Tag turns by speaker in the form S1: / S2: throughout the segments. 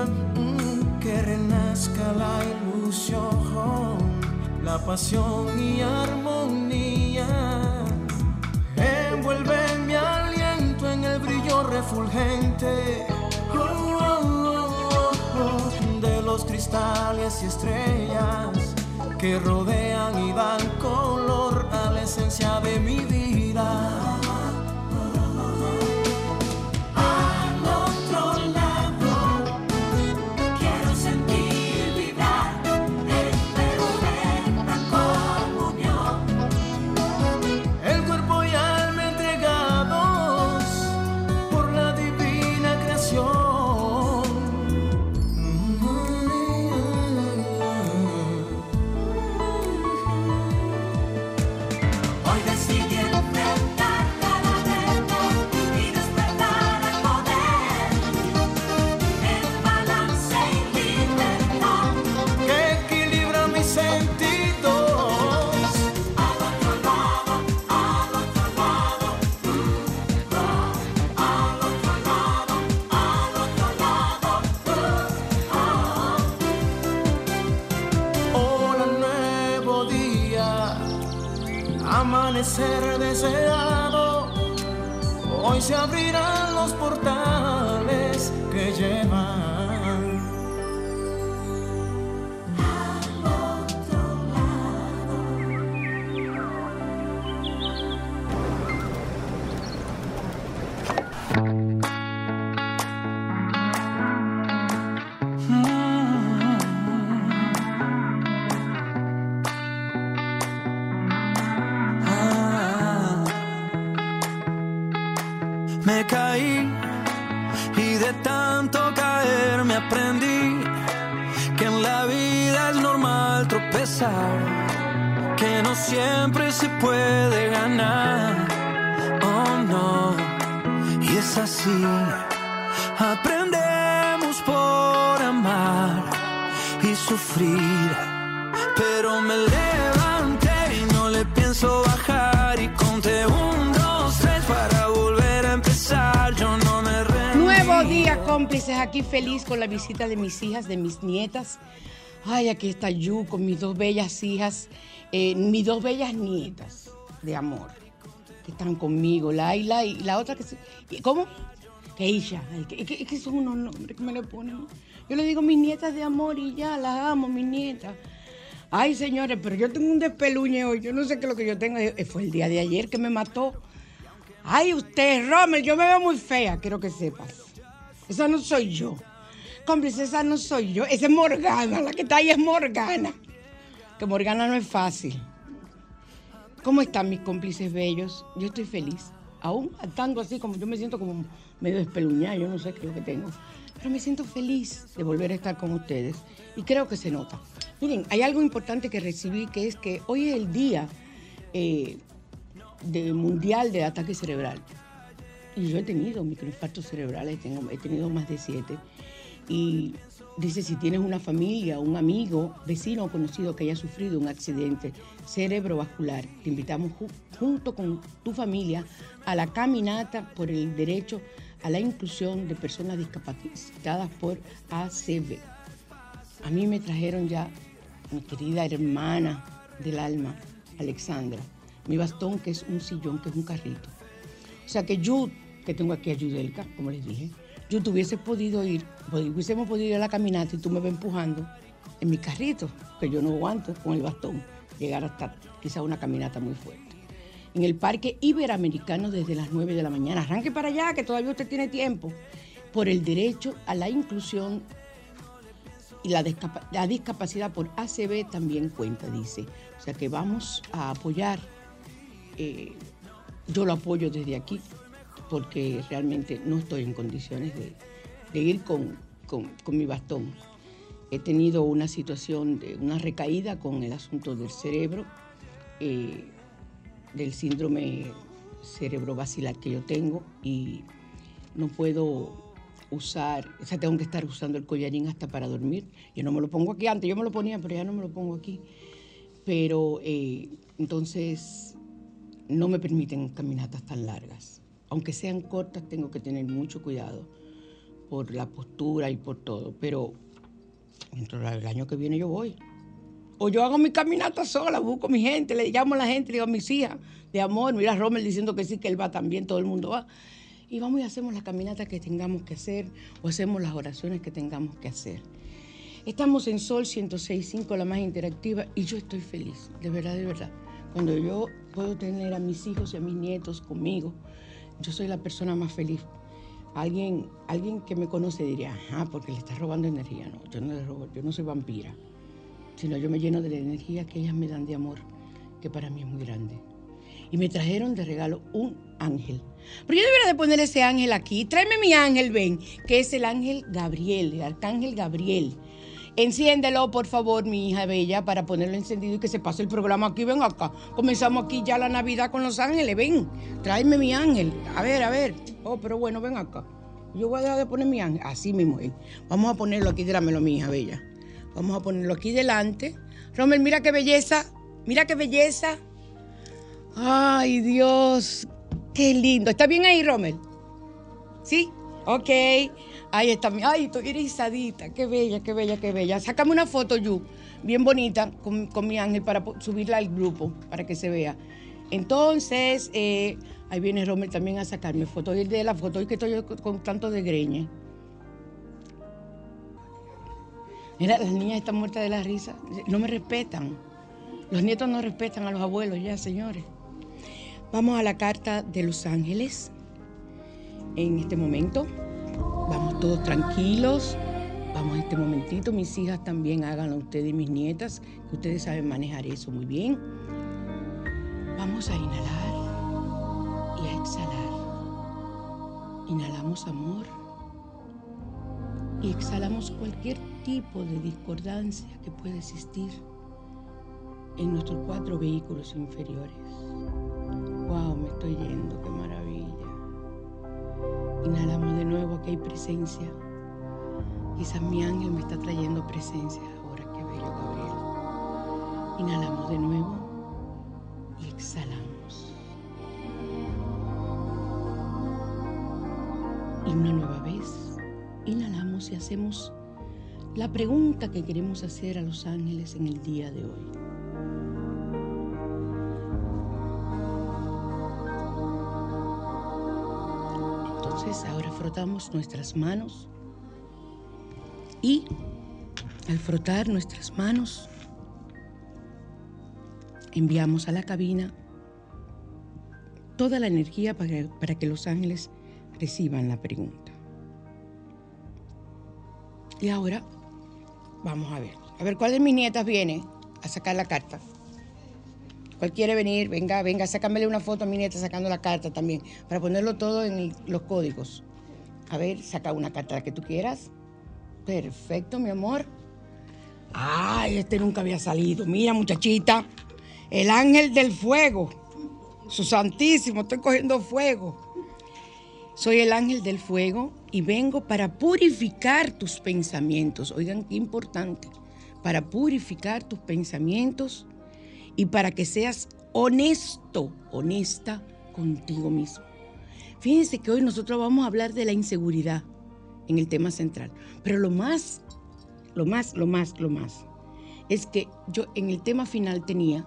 S1: que renazca la ilusión, la pasión y armonía. Envuelve mi aliento en el brillo refulgente de los cristales y estrellas que rodean y dan color a la esencia de mi vida. Amanecer deseado, hoy se abrirán los portales que llevan al otro lado.
S2: Me caí y de tanto caer me aprendí que en la vida es normal tropezar, que no siempre se puede ganar, oh no, y es así, aprendemos por amar y sufrir, pero me levanté y no le pienso bajar y conté 1, 2, 3 para volver a empezar, yo no me rendí.
S3: Nuevo día, cómplices, aquí feliz con la visita de mis hijas, de mis nietas. Ay, aquí está Yu con mis 2 bellas hijas, mis 2 bellas nietas de amor, que están conmigo, Laila y la otra que se... ¿Cómo? Keisha. Es que son unos nombres que me le ponen. Yo le digo mis nietas de amor y ya, las amo, mis nietas. Ay, señores, pero yo tengo un despeluñe hoy, yo no sé qué es lo que yo tengo. Fue el día de ayer que me mató. Ay, usted, Rommel, yo me veo muy fea, quiero que sepas. Esa no soy yo. Cómplice, esa no soy yo. Esa es Morgana, la que está ahí es Morgana. Que Morgana no es fácil. ¿Cómo están mis cómplices bellos? Yo estoy feliz. Aún estando así, como yo me siento como medio despeluñada, yo no sé qué es lo que tengo. Pero me siento feliz de volver a estar con ustedes. Y creo que se nota. Miren, hay algo importante que recibí, que es que hoy es el día mundial de ataque cerebral. Y yo he tenido microinfartos cerebrales, he tenido más de 7. Y dice, si tienes una familia, un amigo, vecino o conocido que haya sufrido un accidente cerebrovascular, te invitamos junto con tu familia a la caminata por el derecho a la inclusión de personas discapacitadas por ACV. A mí me trajeron ya mi querida hermana del alma, Alexandra, mi bastón, que es un sillón, que es un carrito. O sea que yo, que tengo aquí a Yudelka, como les dije, yo hubiésemos podido ir a la caminata y tú me vas empujando en mi carrito, que yo no aguanto con el bastón llegar hasta quizá una caminata muy fuerte. En el Parque Iberoamericano desde las 9 de la mañana. Arranque para allá, que todavía usted tiene tiempo. Por el derecho a la inclusión y la discapacidad por ACV también cuenta, dice. O sea que vamos a apoyar. Yo lo apoyo desde aquí, porque realmente no estoy en condiciones de ir con mi bastón. He tenido una situación de una recaída con el asunto del cerebro, del síndrome cerebrovascular que yo tengo, y no puedo usar, o sea, tengo que estar usando el collarín hasta para dormir. Yo no me lo pongo aquí, antes yo me lo ponía, pero ya no me lo pongo aquí. Pero entonces no me permiten caminatas tan largas. Aunque sean cortas, tengo que tener mucho cuidado, por la postura y por todo, pero dentro del año que viene yo voy. O yo hago mi caminata sola, busco a mi gente, le llamo a la gente, le digo a mis hijas de amor, mira a Rommel diciendo que sí, que él va también, todo el mundo va. Y vamos y hacemos las caminatas que tengamos que hacer o hacemos las oraciones que tengamos que hacer. Estamos en Sol 106.5, la más interactiva, y yo estoy feliz, de verdad, de verdad. Cuando yo puedo tener a mis hijos y a mis nietos conmigo, yo soy la persona más feliz. Alguien que me conoce diría, ajá, porque le estás robando energía. No, yo no le robo, yo no soy vampira, sino yo me lleno de la energía que ellas me dan de amor, que para mí es muy grande. Y me trajeron de regalo un ángel. Pero yo debería de poner ese ángel aquí. Tráeme mi ángel, ven, que es el ángel Gabriel, el arcángel Gabriel. Enciéndelo, por favor, mi hija bella, para ponerlo encendido y que se pase el programa aquí. Ven acá. Comenzamos aquí ya la Navidad con los ángeles. Ven, tráeme mi ángel. A ver. Oh, pero bueno, ven acá. Yo voy a dejar de poner mi ángel. Así mismo. Vamos a ponerlo aquí, trámelo, mi hija bella. Vamos a ponerlo aquí delante. Rommel, mira qué belleza. Mira qué belleza. Ay, Dios. Qué lindo. ¿Está bien ahí, Rommel? ¿Sí? Ok. Ahí está. Ay, estoy erizadita. Qué bella, qué bella, qué bella. Sácame una foto, Yu, bien bonita, con mi ángel para subirla al grupo, para que se vea. Entonces, ahí viene Rommel también a sacarme fotos. Y de la foto y que estoy yo con tanto de greñe. Mira, las niñas están muertas de la risa. No me respetan. Los nietos no respetan a los abuelos ya, señores. Vamos a la carta de los ángeles. En este momento, vamos todos tranquilos. Vamos en este momentito. Mis hijas también háganlo ustedes y mis nietas, que ustedes saben manejar eso muy bien. Vamos a inhalar y a exhalar. Inhalamos amor y exhalamos cualquier tipo de discordancia que pueda existir en nuestros 4 vehículos inferiores. Wow, me estoy yendo, qué maravilla. Inhalamos de nuevo, aquí hay presencia. Quizás mi ángel me está trayendo presencia ahora, qué bello, Gabriel. Inhalamos de nuevo y exhalamos. Y una nueva vez, inhalamos y hacemos la pregunta que queremos hacer a los ángeles en el día de hoy. Entonces, ahora frotamos nuestras manos y al frotar nuestras manos, enviamos a la cabina toda la energía para que los ángeles reciban la pregunta. Y ahora vamos a ver cuál de mis nietas viene a sacar la carta. ¿Cuál quiere venir? Venga, sácamele una foto a mi nieta sacando la carta también, para ponerlo todo en los códigos. A ver, saca una carta la que tú quieras. Perfecto, mi amor. Ay, este nunca había salido. Mira, muchachita, el ángel del fuego. Su santísimo, estoy cogiendo fuego. Soy el ángel del fuego y vengo para purificar tus pensamientos. Oigan, qué importante. Para purificar tus pensamientos y para que seas honesto, honesta contigo mismo. Fíjense que hoy nosotros vamos a hablar de la inseguridad en el tema central. Pero lo más es que yo en el tema final tenía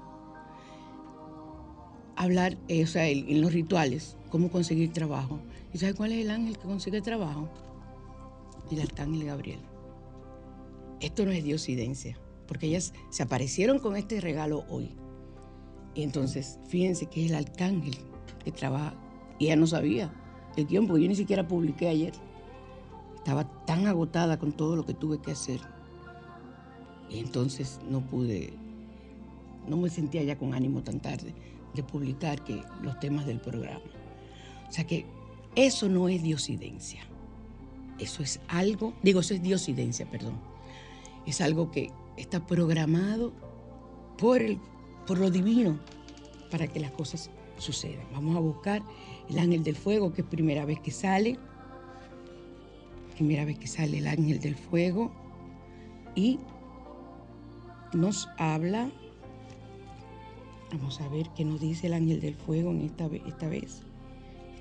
S3: hablar, en los rituales, cómo conseguir trabajo. ¿Y sabes cuál es el ángel que consigue trabajo? El arcángel Gabriel. Esto no es diosidencia, porque ellas se aparecieron con este regalo hoy. Y entonces, fíjense que es el arcángel que trabaja. Y ella no sabía el guión, porque yo ni siquiera publiqué ayer. Estaba tan agotada con todo lo que tuve que hacer. Y entonces no me sentía ya con ánimo tan tarde de publicar los temas del programa. O sea que eso no es diosidencia. Eso es diosidencia, perdón. Es algo que está programado por lo divino para que las cosas sucedan. Vamos a buscar el ángel del fuego, que es primera vez que sale. Primera vez que sale el ángel del fuego y nos habla. Vamos a ver qué nos dice el ángel del fuego esta vez.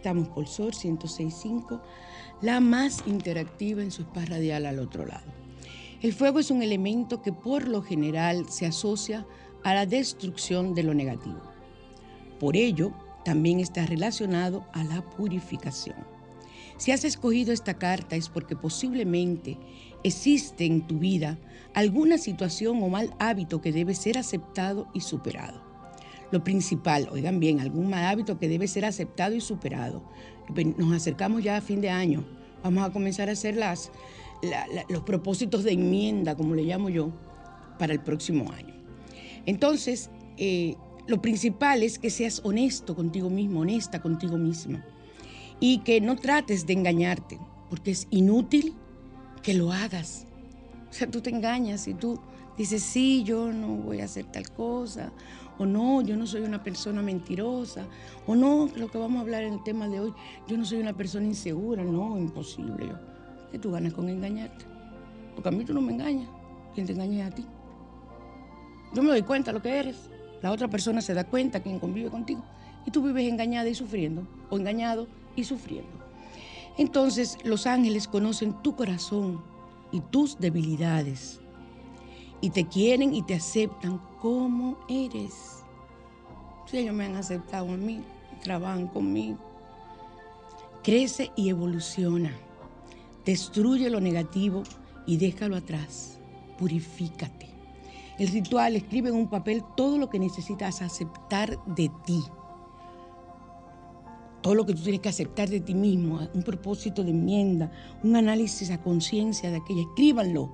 S3: Estamos por Sol 106.5, la más interactiva en su spa radial al otro lado. El fuego es un elemento que por lo general se asocia a la destrucción de lo negativo. Por ello, también está relacionado a la purificación. Si has escogido esta carta es porque posiblemente existe en tu vida alguna situación o mal hábito que debe ser aceptado y superado. Lo principal, oigan bien, algún mal hábito que debe ser aceptado y superado. Nos acercamos ya a fin de año. Vamos a comenzar a hacer los propósitos de enmienda, como le llamo yo, para el próximo año. Entonces, lo principal es que seas honesto contigo mismo, honesta contigo misma. Y que no trates de engañarte, porque es inútil que lo hagas. O sea, tú te engañas y tú dices, sí, yo no voy a hacer tal cosa, o no, yo no soy una persona mentirosa, o no, lo que vamos a hablar en el tema de hoy, yo no soy una persona insegura, no, imposible. ¿Qué tú ganas con engañarte? Porque a mí tú no me engañas, quien te engaña es a ti. Yo me doy cuenta de lo que eres, la otra persona se da cuenta, quien convive contigo, y tú vives engañada y sufriendo, o engañado y sufriendo. Entonces, los ángeles conocen tu corazón y tus debilidades, y te quieren y te aceptan como eres. Si ellos me han aceptado a mí, trabajan conmigo. Crece y evoluciona. Destruye lo negativo y déjalo atrás. Purifícate. El ritual escribe en un papel todo lo que necesitas aceptar de ti. Todo lo que tú tienes que aceptar de ti mismo, un propósito de enmienda, un análisis a conciencia de aquello. Escríbanlo.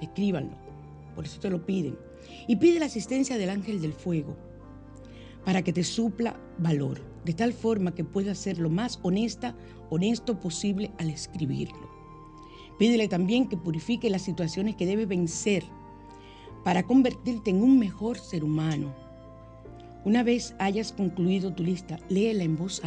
S3: Por eso te lo piden. Y pide la asistencia del ángel del fuego para que te supla valor, de tal forma que puedas ser lo más honesto posible al escribirlo. Pídele también que purifique las situaciones que debes vencer para convertirte en un mejor ser humano. Una vez hayas concluido tu lista, léela en voz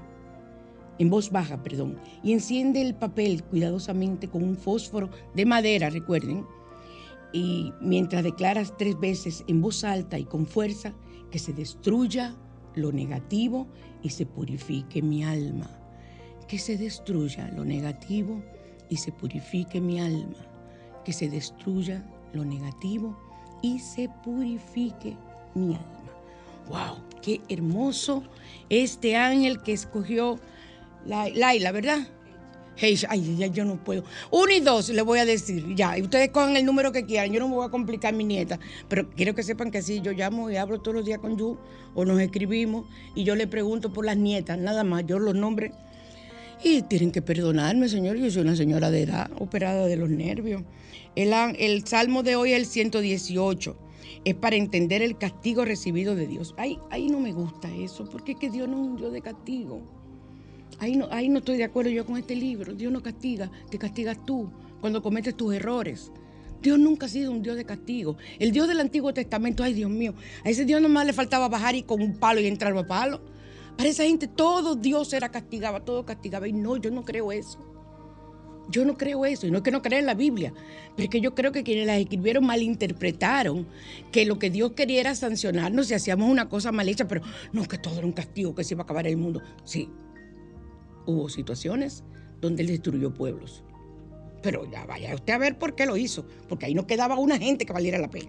S3: baja, y enciende el papel cuidadosamente con un fósforo de madera, recuerden, y mientras declaras 3 veces en voz alta y con fuerza que se destruya lo negativo y se purifique mi alma. Que se destruya lo negativo y se purifique mi alma. Que se destruya lo negativo y se purifique mi alma. ¡Wow! ¡Qué hermoso este ángel que escogió Laila, ¿verdad? Hey, ay, ya yo no puedo. 1 y 2 le voy a decir, ya. Y ustedes cojan el número que quieran. Yo no me voy a complicar mi nieta. Pero quiero que sepan que sí, yo llamo y hablo todos los días con Yu, o nos escribimos, y yo le pregunto por las nietas, nada más. Yo los nombres. Y tienen que perdonarme, señor. Yo soy una señora de edad, operada de los nervios. El salmo de hoy es el 118. Es para entender el castigo recibido de Dios. Ahí no me gusta eso, porque es que Dios no es un Dios de castigo. Ahí no estoy de acuerdo yo con este libro. Dios no castiga, te castigas tú cuando cometes tus errores. Dios nunca ha sido un Dios de castigo. El Dios del Antiguo Testamento, ay Dios mío, a ese Dios nomás le faltaba bajar y con un palo y entrar a palo. Para esa gente todo Dios era castigaba, todo castigaba. Y no, yo no creo eso. Yo no creo eso. Y no es que no crea en la Biblia, pero es que yo creo que quienes las escribieron malinterpretaron que lo que Dios quería era sancionarnos si hacíamos una cosa mal hecha, pero no, que todo era un castigo, que se iba a acabar el mundo. Sí. Hubo situaciones donde él destruyó pueblos. Pero ya vaya usted a ver por qué lo hizo. Porque ahí no quedaba una gente que valiera la pena.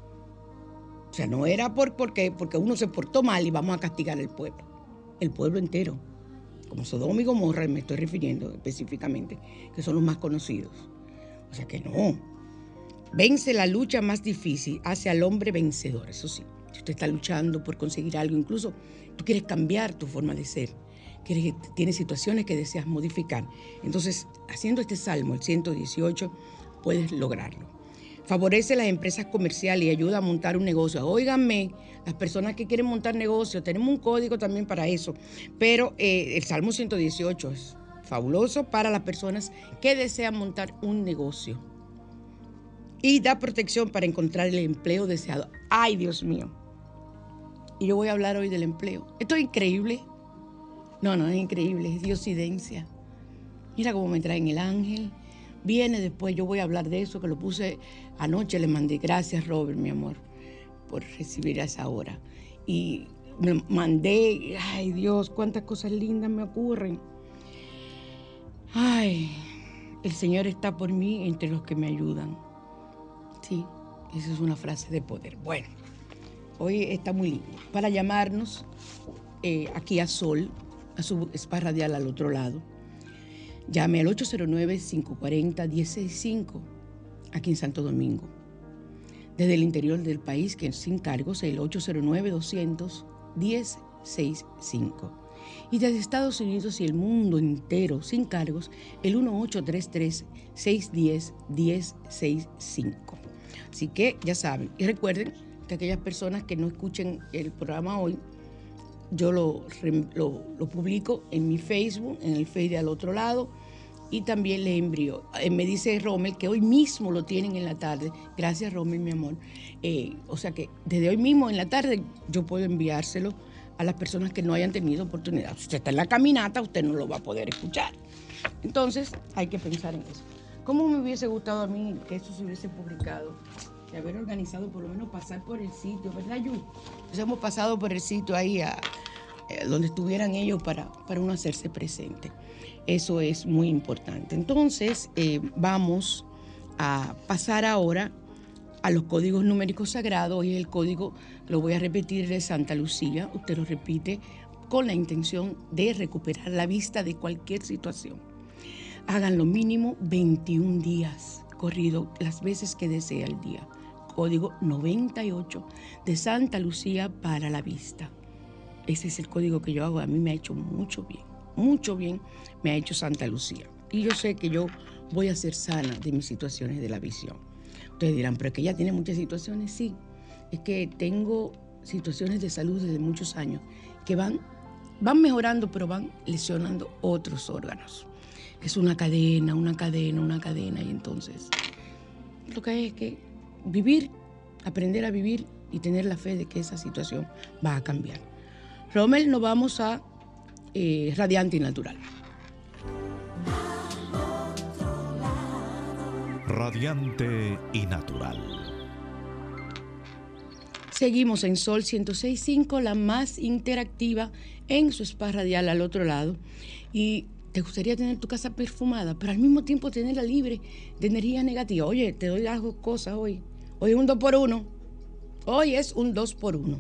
S3: O sea, no era porque uno se portó mal y vamos a castigar al pueblo. El pueblo entero. Como Sodoma y Gomorra, me estoy refiriendo específicamente, que son los más conocidos. O sea que no. Vence la lucha más difícil, hace al hombre vencedor. Eso sí, si usted está luchando por conseguir algo, incluso tú quieres cambiar tu forma de ser, tienes situaciones que deseas modificar. Entonces, haciendo este salmo, el 118, puedes lograrlo. Favorece las empresas comerciales y ayuda a montar un negocio. Óiganme, las personas que quieren montar negocios, tenemos un código también para eso, pero el Salmo 118 es fabuloso para las personas que desean montar un negocio. Y da protección para encontrar el empleo deseado. ¡Ay, Dios mío! Y yo voy a hablar hoy del empleo. Esto es increíble. No es increíble, es diosidencia. Mira cómo me traen el ángel. Viene después, yo voy a hablar de eso, que lo puse anoche, le mandé. Gracias, Robert, mi amor, por recibir a esa hora. Y me mandé, ay Dios, cuántas cosas lindas me ocurren. Ay, el Señor está por mí entre los que me ayudan. Sí, esa es una frase de poder. Bueno, hoy está muy lindo. Para llamarnos aquí a Sol, a su spa radial al otro lado, llame al 809-540-1065, aquí en Santo Domingo. Desde el interior del país, que es sin cargos, el 809-200-1065. Y desde Estados Unidos y el mundo entero, sin cargos, el 1833-610-1065. Así que ya saben. Y recuerden que aquellas personas que no escuchen el programa hoy, yo lo publico en mi Facebook, en el Face de Al Otro Lado, y también le envío. Me dice Rommel que hoy mismo lo tienen en la tarde. Gracias, Rommel, mi amor. O sea que desde hoy mismo en la tarde yo puedo enviárselo a las personas que no hayan tenido oportunidad. Si usted está en la caminata, usted no lo va a poder escuchar. Entonces, hay que pensar en eso. ¿Cómo me hubiese gustado a mí que eso se hubiese publicado? De haber organizado, por lo menos pasar por el sitio, ¿verdad, Yu? Entonces hemos pasado por el sitio ahí donde estuvieran ellos para uno hacerse presente. Eso es muy importante. Entonces, vamos a pasar ahora a los códigos numéricos sagrados. Hoy el código, lo voy a repetir, de Santa Lucía. Usted lo repite con la intención de recuperar la vista de cualquier situación. Hagan lo mínimo 21 días corrido, las veces que desea el día. Código 98 de Santa Lucía para la vista. Ese es el código que yo hago. A mí me ha hecho mucho bien me ha hecho Santa Lucía. Y yo sé que yo voy a ser sana de mis situaciones de la visión. Ustedes dirán, pero es que ella tiene muchas situaciones. Sí, es que tengo situaciones de salud desde muchos años que van mejorando, pero van lesionando otros órganos. Es una cadena, y entonces lo que hay es que vivir, aprender a vivir y tener la fe de que esa situación va a cambiar. Rommel, nos vamos a Radiante y Natural.
S4: Radiante y Natural.
S3: Seguimos en Sol 106.5, la más interactiva, en su spa radial al otro lado. Y te gustaría tener tu casa perfumada, pero al mismo tiempo tenerla libre de energía negativa. Oye, te doy las cosas hoy. Hoy es un 2x1. Hoy es un 2x1.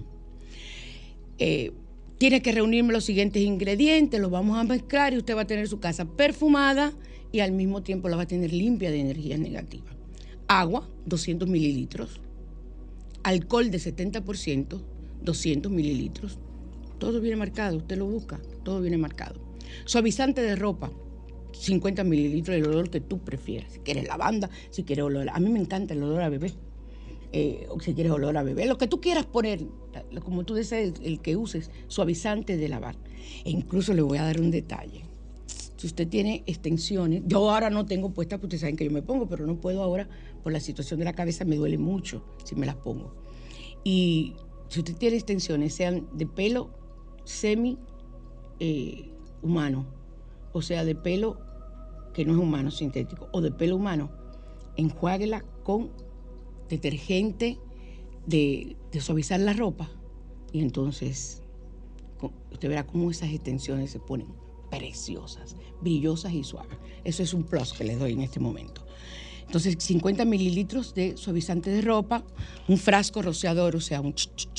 S3: Tiene que reunirme los siguientes ingredientes, los vamos a mezclar y usted va a tener su casa perfumada y al mismo tiempo la va a tener limpia de energía negativa. Agua, 200 mililitros. Alcohol de 70%, 200 mililitros. Todo viene marcado, usted lo busca, todo viene marcado. Suavizante de ropa, 50 mililitros del olor que tú prefieras. Si quieres lavanda, si quieres olor. A mí me encanta el olor a bebé. O si quieres olor a bebé, lo que tú quieras poner, como tú desees, el que uses, suavizante de lavar. E incluso le voy a dar un detalle. Si usted tiene extensiones, yo ahora no tengo puestas, porque ustedes saben que yo me pongo, pero no puedo ahora, por la situación de la cabeza, me duele mucho si me las pongo. Y si usted tiene extensiones, sean de pelo semi humano, o sea, de pelo que no es humano, sintético, o de pelo humano, enjuáguela con detergente de suavizar la ropa y entonces usted verá cómo esas extensiones se ponen preciosas, brillosas y suaves. Eso es un plus que les doy en este momento. Entonces 50 mililitros de suavizante de ropa, un frasco rociador, o sea,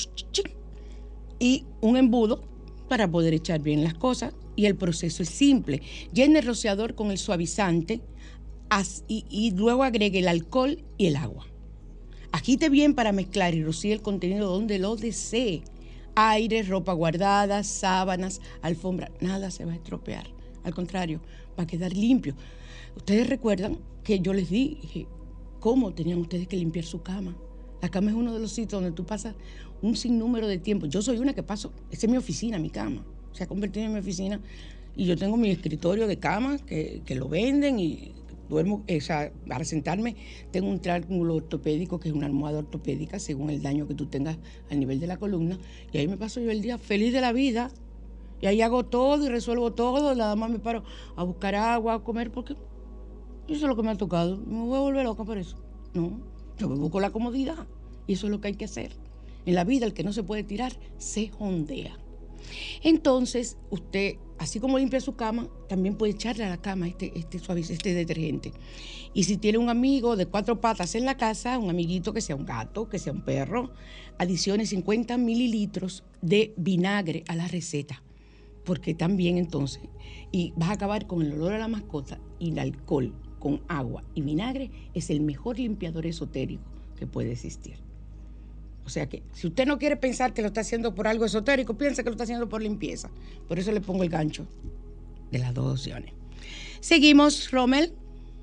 S3: y un embudo para poder echar bien las cosas. Y el proceso es simple. Llene el rociador con el suavizante y luego agregue el alcohol y el agua. Agite bien para mezclar y rocíe el contenido donde lo desee. Aire, ropa guardada, sábanas, alfombra, nada se va a estropear. Al contrario, va a quedar limpio. Ustedes recuerdan que yo les dije cómo tenían ustedes que limpiar su cama. La cama es uno de los sitios donde tú pasas un sinnúmero de tiempo. Yo soy una que paso, esa es mi oficina, mi cama. Se ha convertido en mi oficina y yo tengo mi escritorio de cama que lo venden y duermo, para sentarme tengo un triángulo ortopédico que es una almohada ortopédica según el daño que tú tengas al nivel de la columna y ahí me paso yo el día feliz de la vida y ahí hago todo y resuelvo todo, nada más me paro a buscar agua, a comer porque eso es lo que me ha tocado, me voy a volver loca por eso, no, yo me busco la comodidad y eso es lo que hay que hacer. En la vida el que no se puede tirar se jondea. Entonces, usted, así como limpia su cama, también puede echarle a la cama este detergente. Y si tiene un amigo de 4 patas en la casa, un amiguito que sea un gato, que sea un perro, adicione 50 mililitros de vinagre a la receta. Porque también entonces, y vas a acabar con el olor a la mascota, y el alcohol con agua y vinagre es el mejor limpiador esotérico que puede existir. O sea que, si usted no quiere pensar que lo está haciendo por algo esotérico, piensa que lo está haciendo por limpieza. Por eso le pongo el gancho de las 2 opciones. Seguimos, Rommel.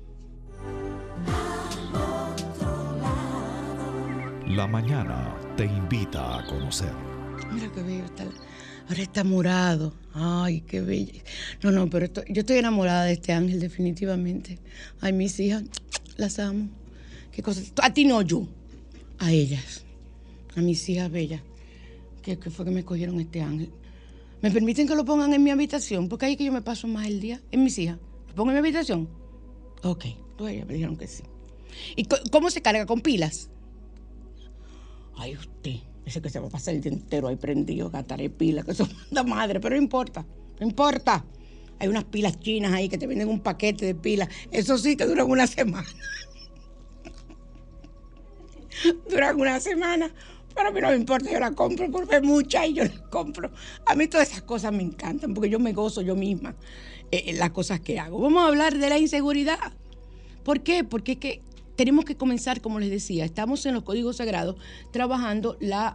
S4: La mañana te invita a conocer.
S3: Mira qué bello está. Ahora está morado. Ay, qué bello. No, pero yo estoy enamorada de este ángel, definitivamente. Ay, mis hijas, las amo. Qué cosa. A ti no, yo. A ellas. A mis hijas bellas, que fue que me escogieron este ángel. ¿Me permiten que lo pongan en mi habitación? Porque ahí es que yo me paso más el día. En mis hijas. ¿Lo pongo en mi habitación? Ok, pues ellas me dijeron que sí. ¿Y cómo se carga? ¿Con pilas? Ay, usted, ese que se va a pasar el día entero ahí prendido, gastaré pilas, que eso manda madre, pero no importa. Hay unas pilas chinas ahí que te venden un paquete de pilas. Eso sí que duran una semana. Duran una semana. Pero a mí no me importa, yo la compro porque es mucha y yo la compro. A mí todas esas cosas me encantan porque yo me gozo yo misma las cosas que hago. Vamos a hablar de la inseguridad. ¿Por qué? Porque es que tenemos que comenzar, como les decía, estamos en los códigos sagrados trabajando la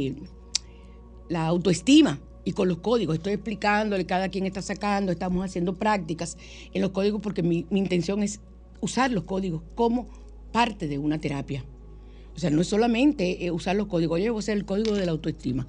S3: autoestima. Y con los códigos, estoy explicándole, cada quien está sacando, estamos haciendo prácticas en los códigos porque mi intención es usar los códigos como parte de una terapia. O sea, no es solamente usar los códigos. Yo voy a hacer el código de la autoestima.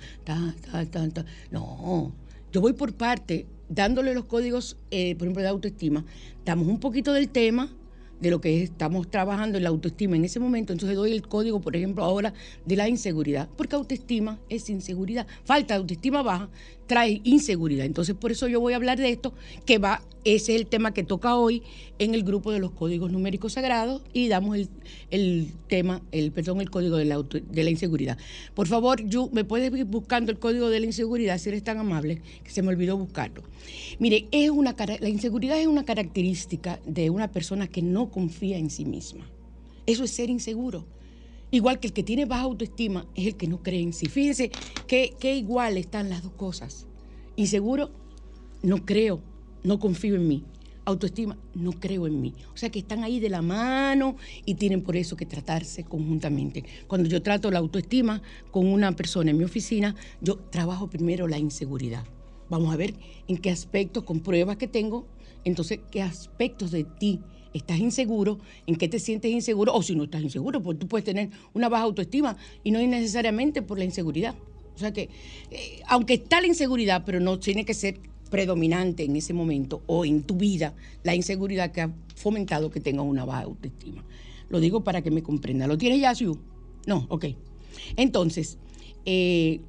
S3: No, yo voy por parte, dándole los códigos, por ejemplo, de autoestima. Damos un poquito del tema, de lo que estamos trabajando en la autoestima en ese momento. Entonces doy el código, por ejemplo, ahora de la inseguridad. Porque autoestima es inseguridad. Falta de autoestima baja trae inseguridad. Entonces, por eso yo voy a hablar de esto, ese es el tema que toca hoy en el grupo de los códigos numéricos sagrados y damos el código de la inseguridad. Por favor, ¿me puedes ir buscando el código de la inseguridad, si eres tan amable, que se me olvidó buscarlo? Mire, la inseguridad es una característica de una persona que no confía en sí misma. Eso es ser inseguro. Igual que el que tiene baja autoestima es el que no cree en sí. Fíjense que igual están las dos cosas. Inseguro, no creo, no confío en mí. Autoestima, no creo en mí. O sea que están ahí de la mano y tienen por eso que tratarse conjuntamente. Cuando yo trato la autoestima con una persona en mi oficina, yo trabajo primero la inseguridad. Vamos a ver en qué aspectos, con pruebas que tengo, entonces qué aspectos de ti estás inseguro, en qué te sientes inseguro, o si no estás inseguro, porque tú puedes tener una baja autoestima y no es necesariamente por la inseguridad. O sea que, aunque está la inseguridad, pero no tiene que ser predominante en ese momento o en tu vida la inseguridad que ha fomentado que tengas una baja autoestima. Lo digo para que me comprenda. ¿Lo tienes ya, Siu? No, ok. Entonces, hay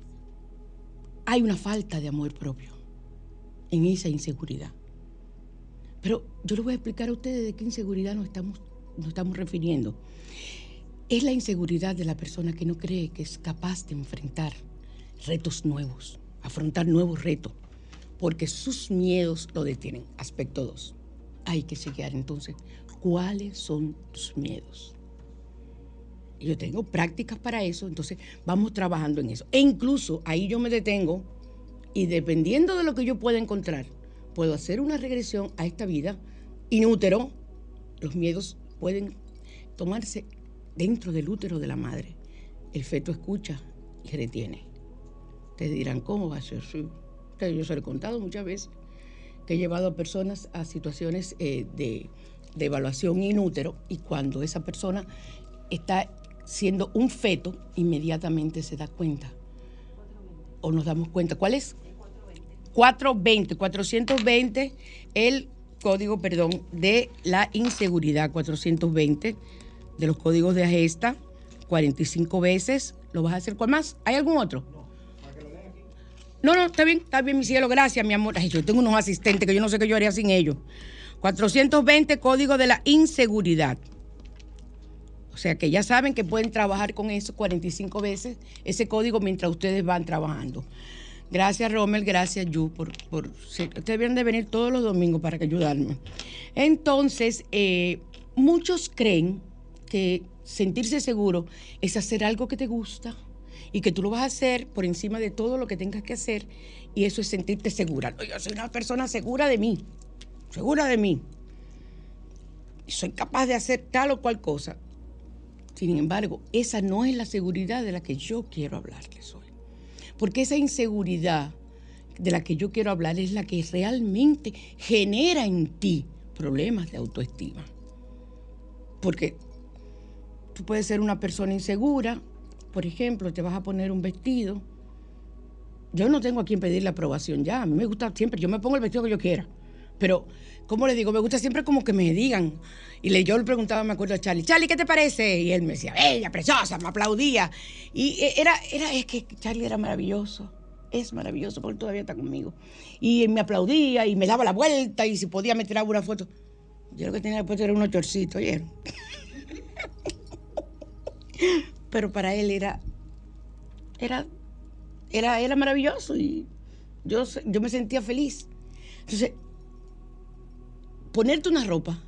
S3: una falta de amor propio en esa inseguridad. Pero yo les voy a explicar a ustedes de qué inseguridad nos estamos refiriendo. Es la inseguridad de la persona que no cree que es capaz de enfrentar retos nuevos, afrontar nuevos retos, porque sus miedos lo detienen. Aspecto 2. Hay que chequear entonces cuáles son tus miedos. Y yo tengo prácticas para eso, entonces vamos trabajando en eso. E incluso ahí yo me detengo y dependiendo de lo que yo pueda encontrar, puedo hacer una regresión a esta vida in útero. Los miedos pueden tomarse dentro del útero de la madre. El feto escucha y retiene. Ustedes dirán, ¿cómo va a ser? Sí. Yo se lo he contado muchas veces, que he llevado a personas a situaciones de evaluación in útero y cuando esa persona está siendo un feto, inmediatamente se da cuenta. O nos damos cuenta. ¿Cuál es? 420, el código, de la inseguridad, 420 de los códigos de Agesta, 45 veces. ¿Lo vas a hacer con más? ¿Hay algún otro? No, está bien, mi cielo, gracias, mi amor. Ay, yo tengo unos asistentes que yo no sé qué yo haría sin ellos. 420, código de la inseguridad. sea que ya saben que pueden trabajar con eso 45 veces, ese código mientras ustedes van trabajando. Gracias, Rommel, gracias, Yu, ustedes deben de venir todos los domingos para ayudarme. Entonces, muchos creen que sentirse seguro es hacer algo que te gusta y que tú lo vas a hacer por encima de todo lo que tengas que hacer, y eso es sentirte segura. No, yo soy una persona segura de mí. Y soy capaz de hacer tal o cual cosa. Sin embargo, esa no es la seguridad de la que yo quiero hablarles hoy. Porque esa inseguridad de la que yo quiero hablar es la que realmente genera en ti problemas de autoestima. Porque tú puedes ser una persona insegura, por ejemplo, te vas a poner un vestido. Yo no tengo a quien pedir la aprobación ya, a mí me gusta siempre, yo me pongo el vestido que yo quiera. Pero, ¿cómo le digo? Me gusta siempre como que me digan. Y yo le preguntaba, me acuerdo a Charlie, ¿qué te parece? Y él me decía, bella, preciosa, me aplaudía. Y es que Charlie era maravilloso. Es maravilloso porque todavía está conmigo. Y me aplaudía y me daba la vuelta y si podía me tiraba una foto. Yo lo que tenía después era unos chorcitos, ¿oyeron? Pero para él era maravilloso y yo me sentía feliz. Entonces, ponerte una ropa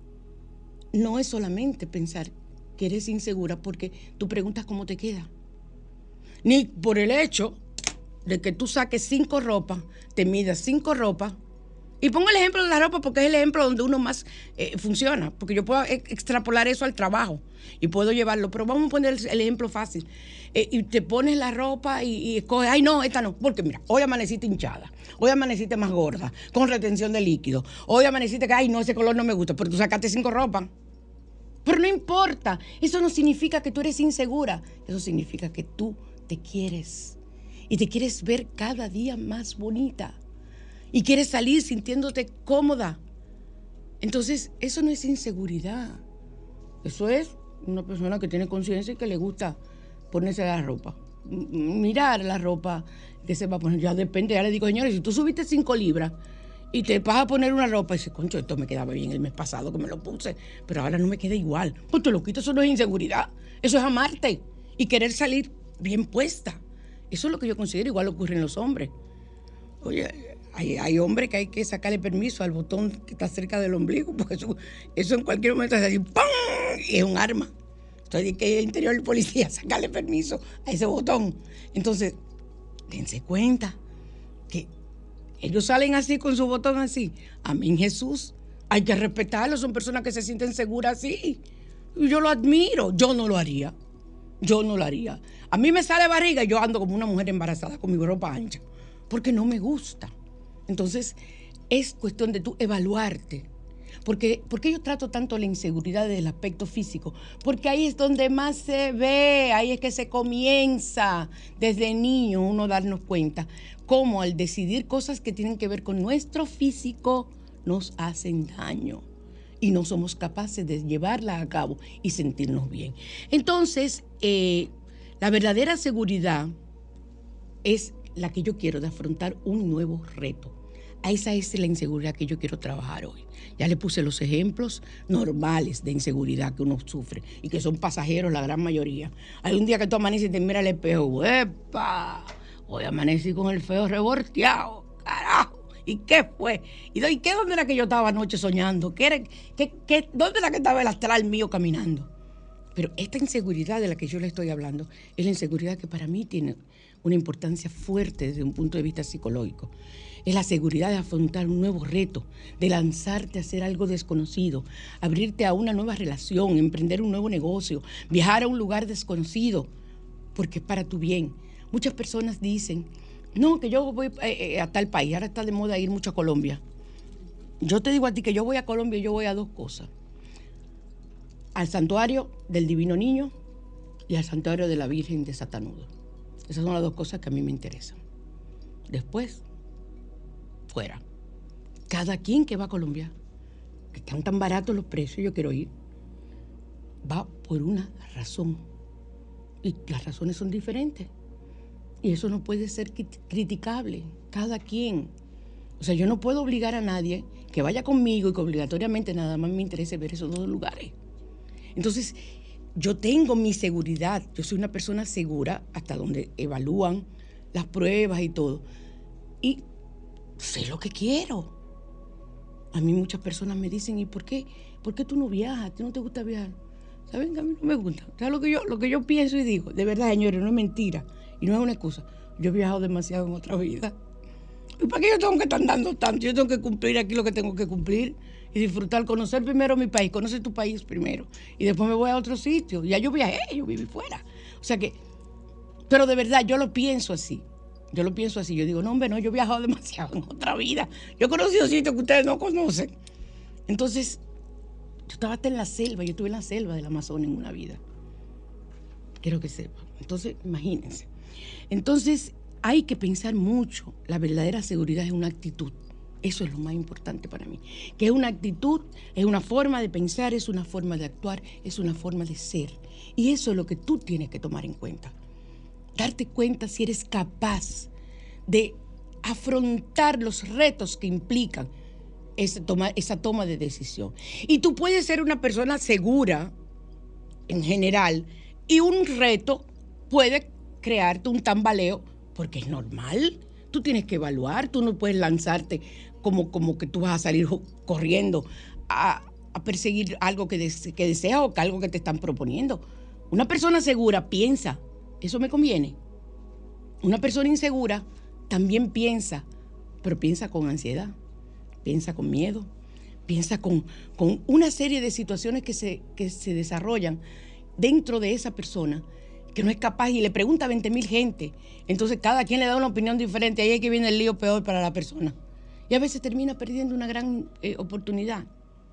S3: no es solamente pensar que eres insegura porque tú preguntas cómo te queda. Ni por el hecho de que tú saques 5 ropas, te midas 5 ropas. Y pongo el ejemplo de la ropa porque es el ejemplo donde uno más funciona. Porque yo puedo extrapolar eso al trabajo y puedo llevarlo. Pero vamos a poner el ejemplo fácil. Y te pones la ropa y escoges, ay no, esta no. Porque mira, hoy amaneciste hinchada. Hoy amaneciste más gorda, con retención de líquido. Hoy amaneciste que, ay no, ese color no me gusta. Pero tú sacaste 5 ropas. Pero no importa. Eso no significa que tú eres insegura. Eso significa que tú te quieres. Y te quieres ver cada día más bonita. Y quieres salir sintiéndote cómoda. Entonces, eso no es inseguridad. Eso es una persona que tiene conciencia y que le gusta ponerse la ropa. Mirar la ropa que se va a poner. Ya depende. Ya le digo, señores, si tú subiste 5 libras y te vas a poner una ropa y dices, concho, esto me quedaba bien el mes pasado que me lo puse, pero ahora no me queda igual. Pues te lo quito, eso no es inseguridad. Eso es amarte y querer salir bien puesta. Eso es lo que yo considero. Igual ocurre en los hombres. Oye, hay hombres que hay que sacarle permiso al botón que está cerca del ombligo, porque eso en cualquier momento es así, ¡pum! Y es un arma. Entonces hay que ir al interior del policía, sacarle permiso a ese botón. Entonces, dense cuenta que ellos salen así con su botón así. Amén, Jesús. Hay que respetarlos, son personas que se sienten seguras así. Y yo lo admiro, yo no lo haría. A mí me sale barriga y yo ando como una mujer embarazada con mi ropa ancha, porque no me gusta. Entonces, es cuestión de tú evaluarte. ¿Por qué yo trato tanto la inseguridad del aspecto físico? Porque ahí es donde más se ve, ahí es que se comienza desde niño uno darnos cuenta cómo al decidir cosas que tienen que ver con nuestro físico nos hacen daño y no somos capaces de llevarla a cabo y sentirnos bien. Entonces, la verdadera seguridad es la que yo quiero, de afrontar un nuevo reto. A esa es la inseguridad que yo quiero trabajar hoy. Ya le puse los ejemplos normales de inseguridad que uno sufre y que son pasajeros la gran mayoría. Hay un día que tú amaneces y te miras al espejo, ¡epa! Hoy amanecí con el feo revolteado, carajo. ¿Y qué fue? ¿Y qué dónde era que yo estaba anoche soñando? ¿Dónde era que estaba el astral mío caminando? Pero esta inseguridad de la que yo le estoy hablando es la inseguridad que para mí tiene una importancia fuerte desde un punto de vista psicológico. Es la seguridad de afrontar un nuevo reto, de lanzarte a hacer algo desconocido, abrirte a una nueva relación, emprender un nuevo negocio, viajar a un lugar desconocido, porque es para tu bien. Muchas personas dicen, no, que yo voy a tal país, ahora está de moda ir mucho a Colombia. Yo te digo a ti que yo voy a Colombia y yo voy a 2 cosas. Al santuario del Divino Niño y al santuario de la Virgen de Satanudo. Esas son las 2 cosas que a mí me interesan. Después, fuera. Cada quien que va a Colombia, que están tan baratos los precios, yo quiero ir, va por una razón. Y las razones son diferentes. Y eso no puede ser criticable. Cada quien. O sea, yo no puedo obligar a nadie que vaya conmigo y que obligatoriamente nada más me interese ver esos 2 lugares. Entonces, yo tengo mi seguridad, yo soy una persona segura hasta donde evalúan las pruebas y todo. Y sé lo que quiero. A mí muchas personas me dicen, ¿y por qué? ¿Por qué tú no viajas? ¿A ti no te gusta viajar? ¿Saben? A mí no me gusta. ¿Sabes lo que yo pienso y digo? De verdad, señores, no es mentira. Y no es una excusa. Yo he viajado demasiado en otra vida. ¿Y para qué yo tengo que estar andando tanto? Yo tengo que cumplir aquí lo que tengo que cumplir y disfrutar, conocer primero mi país, conocer tu país primero. Y después me voy a otro sitio. Ya yo viajé, yo viví fuera. O sea que, pero de verdad, yo lo pienso así. Yo lo pienso así. Yo digo, no, hombre, no, yo he viajado demasiado en otra vida. Yo he conocido sitios que ustedes no conocen. Entonces, yo estaba hasta en la selva. Yo estuve en la selva del Amazonas en una vida. Quiero que sepan. Entonces, imagínense. Entonces, hay que pensar mucho. La verdadera seguridad es una actitud. Eso es lo más importante para mí. Que es una actitud, es una forma de pensar, es una forma de actuar, es una forma de ser. Y eso es lo que tú tienes que tomar en cuenta. Darte cuenta si eres capaz de afrontar los retos que implican esa toma de decisión. Y tú puedes ser una persona segura en general y un reto puede crearte un tambaleo porque es normal. Tú tienes que evaluar, tú no puedes lanzarte como que tú vas a salir corriendo a perseguir algo que deseas o algo que te están proponiendo. Una persona segura piensa, ¿eso me conviene? Una persona insegura también piensa, pero piensa con ansiedad, piensa con miedo, piensa con una serie de situaciones que se desarrollan dentro de esa persona que no es capaz y le pregunta a 20,000 gente. Entonces cada quien le da una opinión diferente. Ahí es que viene el lío peor para la persona. Y a veces termina perdiendo una gran oportunidad.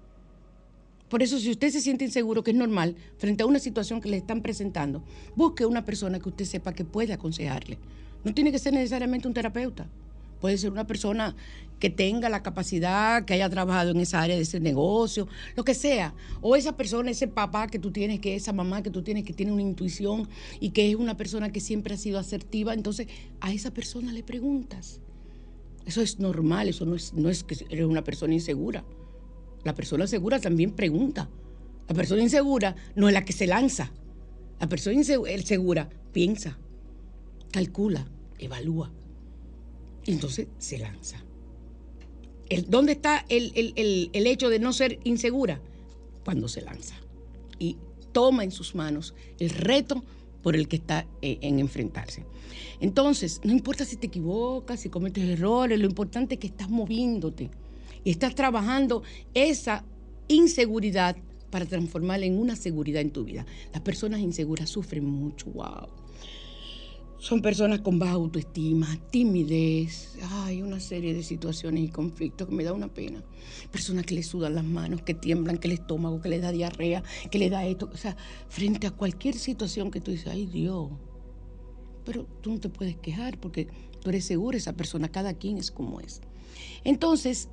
S3: Por eso, si usted se siente inseguro, que es normal, frente a una situación que le están presentando, busque una persona que usted sepa que puede aconsejarle. No tiene que ser necesariamente un terapeuta. Puede ser una persona que tenga la capacidad, que haya trabajado en esa área de ese negocio, lo que sea. O esa persona, ese papá que tú tienes, que esa mamá que tú tienes, que tiene una intuición y que es una persona que siempre ha sido asertiva. Entonces, a esa persona le preguntas. Eso es normal, eso no es que eres una persona insegura. La persona segura también pregunta. La persona insegura no es la que se lanza. La persona segura piensa, calcula, evalúa. Y entonces se lanza. ¿Dónde está el hecho de no ser insegura? Cuando se lanza y toma en sus manos el reto por el que está en enfrentarse. Entonces, no importa si te equivocas, si cometes errores, lo importante es que estás moviéndote y estás trabajando esa inseguridad para transformarla en una seguridad en tu vida. Las personas inseguras sufren mucho, wow. Son personas con baja autoestima, timidez, una serie de situaciones y conflictos que me da una pena. Personas que les sudan las manos, que tiemblan, que el estómago, que les da diarrea, que les da esto. O sea, frente a cualquier situación que tú dices, ay Dios, pero tú no te puedes quejar porque tú eres segura, esa persona, cada quien es como es. Entonces,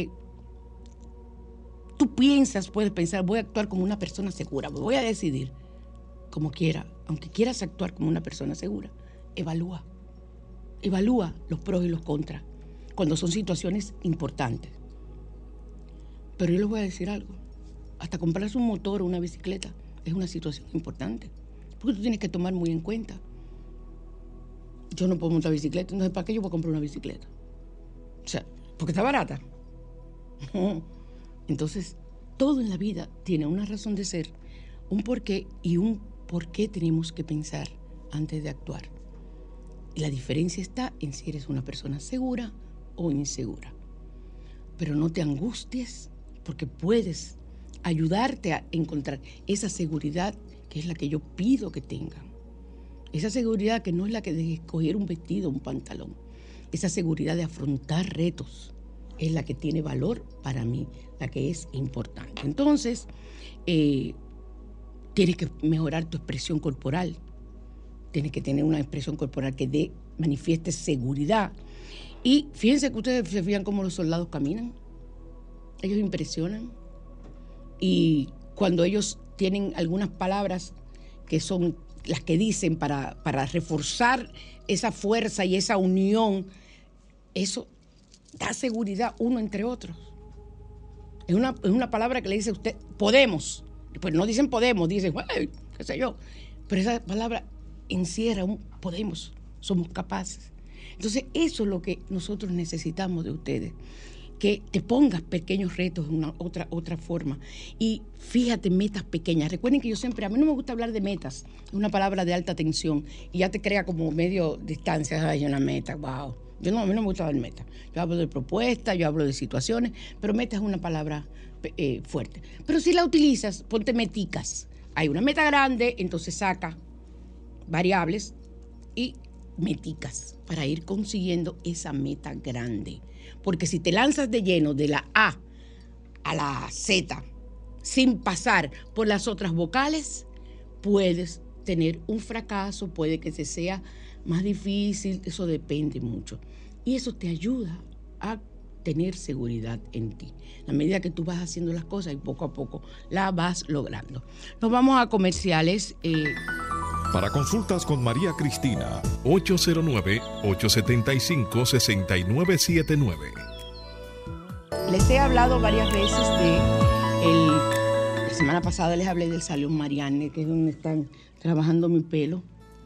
S3: tú puedes pensar, voy a actuar como una persona segura, voy a decidir como quiera, aunque quieras actuar como una persona segura. Evalúa los pros y los contras cuando son situaciones importantes. Pero yo les voy a decir algo, hasta comprarse un motor o una bicicleta es una situación importante, porque tú tienes que tomar muy en cuenta. Yo no puedo montar bicicleta, entonces ¿para qué yo voy a comprar una bicicleta? O sea, porque está barata. Entonces, todo en la vida tiene una razón de ser, un porqué y un por qué tenemos que pensar antes de actuar. Y la diferencia está en si eres una persona segura o insegura. Pero no te angusties porque puedes ayudarte a encontrar esa seguridad que es la que yo pido que tengan. Esa seguridad que no es la que de escoger un vestido, un pantalón. Esa seguridad de afrontar retos es la que tiene valor para mí, la que es importante. Entonces, tienes que mejorar tu expresión corporal. Tienes que tener una expresión corporal que manifieste seguridad. Y fíjense que ustedes se fijan cómo los soldados caminan. Ellos impresionan. Y cuando ellos tienen algunas palabras que son las que dicen para reforzar esa fuerza y esa unión, eso da seguridad uno entre otros. Es una palabra que le dice a usted, podemos. Pues no dicen podemos, dicen, qué sé yo. Pero esa palabra encierra un podemos, somos capaces. Entonces, eso es lo que nosotros necesitamos de ustedes. Que te pongas pequeños retos en una otra forma. Y fíjate, metas pequeñas. Recuerden que a mí no me gusta hablar de metas, es una palabra de alta tensión y ya te crea como medio distancia. Hay una meta, wow. A mí no me gusta dar metas. Yo hablo de propuestas, yo hablo de situaciones, pero meta es una palabra fuerte. Pero si la utilizas, ponte meticas. Hay una meta grande, entonces saca variables y meticas para ir consiguiendo esa meta grande. Porque si te lanzas de lleno de la A a la Z sin pasar por las otras vocales, puedes tener un fracaso, puede que te sea más difícil, eso depende mucho. Y eso te ayuda a tener seguridad en ti. A medida que tú vas haciendo las cosas y poco a poco la vas logrando. Nos vamos a comerciales.
S4: Para consultas con María Cristina,
S2: 809-875-6979.
S3: Les he hablado varias veces la semana pasada les hablé del Salón Marianne, que es donde están trabajando mi pelo.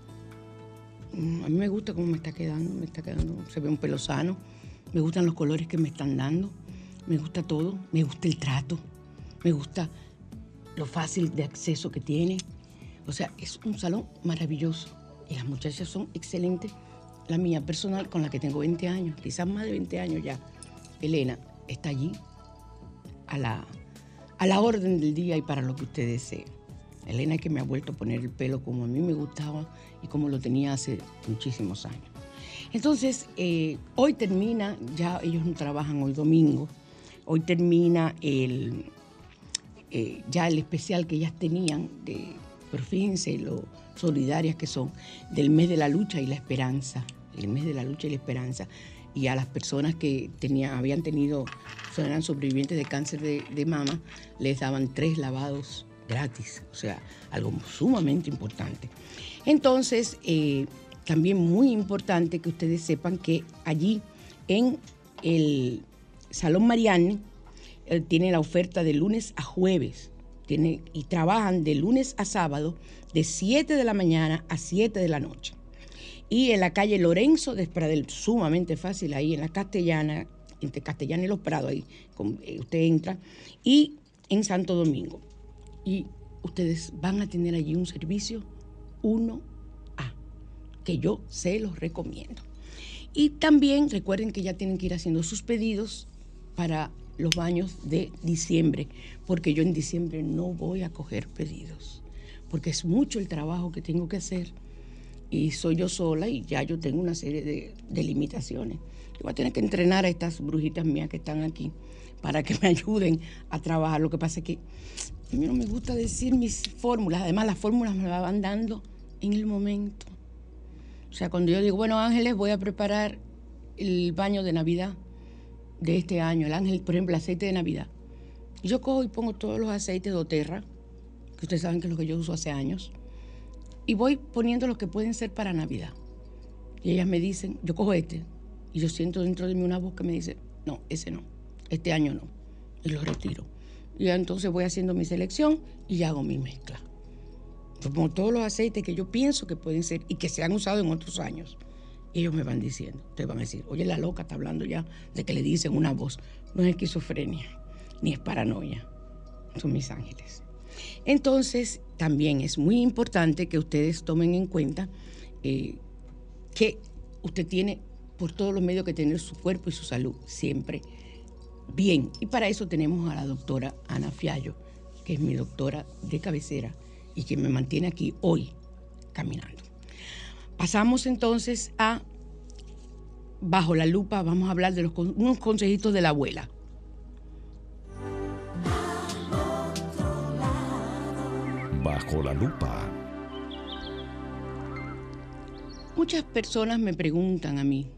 S3: A mí me gusta cómo me está quedando, se ve un pelo sano, me gustan los colores que me están dando, me gusta todo, me gusta el trato, me gusta lo fácil de acceso que tiene. O sea, es un salón maravilloso y las muchachas son excelentes. La mía personal, con la que tengo 20 años, quizás más de 20 años ya, Elena, está allí a la orden del día y para lo que usted desee. Elena es que me ha vuelto a poner el pelo como a mí me gustaba y como lo tenía hace muchísimos años. Entonces, hoy termina, ya ellos no trabajan hoy domingo, hoy termina ya el especial que ellas tenían, pero fíjense lo solidarias que son, del mes de la lucha y la esperanza, el mes de la lucha y la esperanza, y a las personas que eran sobrevivientes de cáncer de mama, les daban 3 lavados gratis, o sea, algo sumamente importante. Entonces, también muy importante que ustedes sepan que allí en el Salón Marianne tiene la oferta de lunes a jueves, y trabajan de lunes a sábado de 7 de la mañana a 7 de la noche. Y en la calle Lorenzo de Pradel, sumamente fácil, ahí en la Castellana, entre Castellana y Los Prados, ahí usted entra, y en Santo Domingo. Y ustedes van a tener allí un servicio 1A, que yo se los recomiendo. Y también recuerden que ya tienen que ir haciendo sus pedidos para los baños de diciembre, porque yo en diciembre no voy a coger pedidos, porque es mucho el trabajo que tengo que hacer y soy yo sola y ya yo tengo una serie de limitaciones. Yo voy a tener que entrenar a estas brujitas mías que están aquí para que me ayuden a trabajar. Lo que pasa es que a mí no me gusta decir mis fórmulas, además las fórmulas me las van dando en el momento. O sea, cuando yo digo, bueno, Ángeles, voy a preparar el baño de Navidad de este año, el Ángel, por ejemplo, el aceite de Navidad. Y yo cojo y pongo todos los aceites de doTERRA, que ustedes saben que es lo que yo uso hace años, y voy poniendo los que pueden ser para Navidad. Y ellas me dicen, yo cojo y yo siento dentro de mí una voz que me dice, no, ese no, este año no, y lo retiro. Y entonces voy haciendo mi selección y hago mi mezcla. Pongo todos los aceites que yo pienso que pueden ser y que se han usado en otros años. Y ellos me van diciendo, ustedes van a decir, oye, la loca está hablando ya de que le dicen una voz. No es esquizofrenia, ni es paranoia, son mis ángeles. Entonces, también es muy importante que ustedes tomen en cuenta que usted tiene por todos los medios que tener su cuerpo y su salud siempre bien. Y para eso tenemos a la doctora Ana Fiallo, que es mi doctora de cabecera y que me mantiene aquí hoy caminando. Pasamos entonces a Bajo la Lupa, vamos a hablar de unos consejitos de la abuela.
S4: Bajo la Lupa.
S3: Muchas personas me preguntan a mí,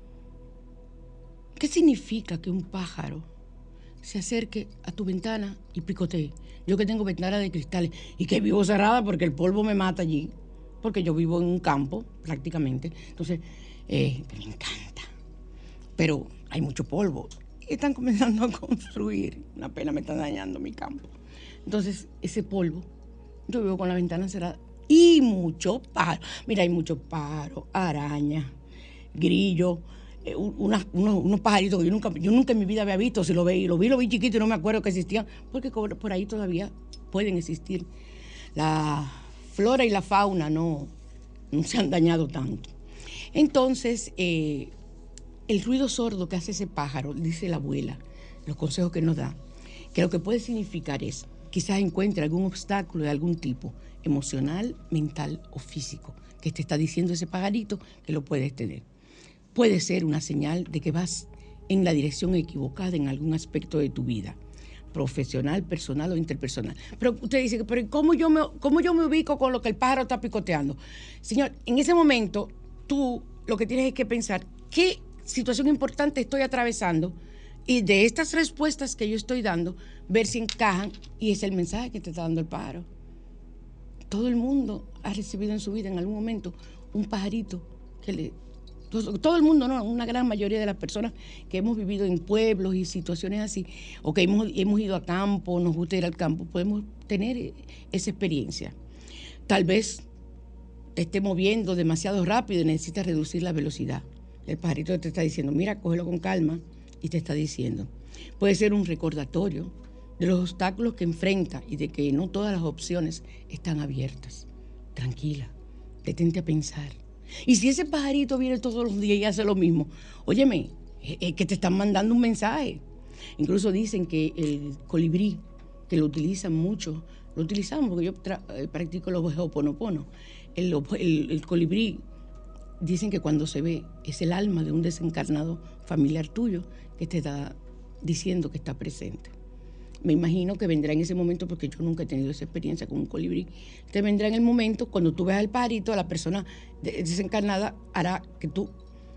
S3: ¿qué significa que un pájaro se acerque a tu ventana y picotee? Yo que tengo ventana de cristales y que vivo cerrada porque el polvo me mata allí, porque yo vivo en un campo prácticamente, entonces me encanta, pero hay mucho polvo. Están comenzando a construir, una pena, me están dañando mi campo. Entonces ese polvo Yo vivo con la ventana cerrada y mucho pájaro. Mira, hay mucho pájaro, araña, grillo, unos pajaritos que yo nunca en mi vida había visto. Si lo vi chiquito y no me acuerdo que existían, porque por ahí todavía pueden existir. La flora y la fauna no se han dañado tanto. Entonces, el ruido sordo que hace ese pájaro, dice la abuela, los consejos que nos da, que lo que puede significar es, quizás encuentre algún obstáculo de algún tipo, emocional, mental o físico, que te está diciendo ese pajarito que lo puedes tener. Puede ser una señal de que vas en la dirección equivocada en algún aspecto de tu vida, profesional, personal o interpersonal. Pero usted dice, pero ¿cómo yo me ubico con lo que el pájaro está picoteando? Señor, en ese momento, tú lo que tienes es que pensar qué situación importante estoy atravesando y de estas respuestas que yo estoy dando, ver si encajan y es el mensaje que te está dando el pájaro. Todo el mundo ha recibido en su vida en algún momento un pajarito todo el mundo, no, una gran mayoría de las personas que hemos vivido en pueblos y situaciones así, o que hemos ido a campo, nos gusta ir al campo, podemos tener esa experiencia. Tal vez te esté moviendo demasiado rápido y necesitas reducir la velocidad. El pajarito te está diciendo, mira, cógelo con calma, y te está diciendo. Puede ser un recordatorio de los obstáculos que enfrenta y de que no todas las opciones están abiertas. Tranquila, detente a pensar. Y si ese pajarito viene todos los días y hace lo mismo, óyeme, es que te están mandando un mensaje. Incluso dicen que el colibrí, que lo utilizan mucho, lo utilizamos porque yo practico los ho'oponopono. El colibrí, dicen que cuando se ve, es el alma de un desencarnado familiar tuyo que te está diciendo que está presente. Me imagino que vendrá en ese momento, porque yo nunca he tenido esa experiencia con un colibrí. Te vendrá en el momento, cuando tú veas al pajarito, la persona desencarnada hará que tú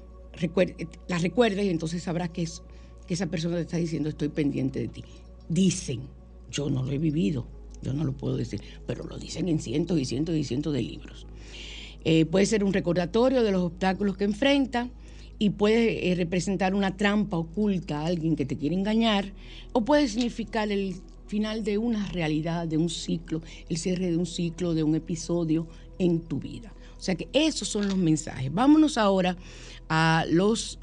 S3: la recuerdes y entonces sabrás que esa persona te está diciendo, estoy pendiente de ti. Dicen, yo no lo he vivido, yo no lo puedo decir, pero lo dicen en cientos y cientos y cientos de libros. Puede ser un recordatorio de los obstáculos que enfrenta, y puede representar una trampa oculta a alguien que te quiere engañar, o puede significar el final de una realidad, de un ciclo, el cierre de un ciclo, de un episodio en tu vida. O sea que esos son los mensajes. Vámonos ahora a los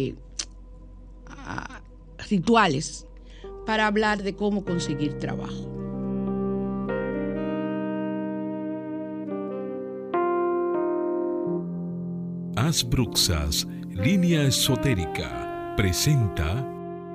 S3: rituales para hablar de cómo conseguir trabajo.
S5: Asbruxas, línea esotérica, presenta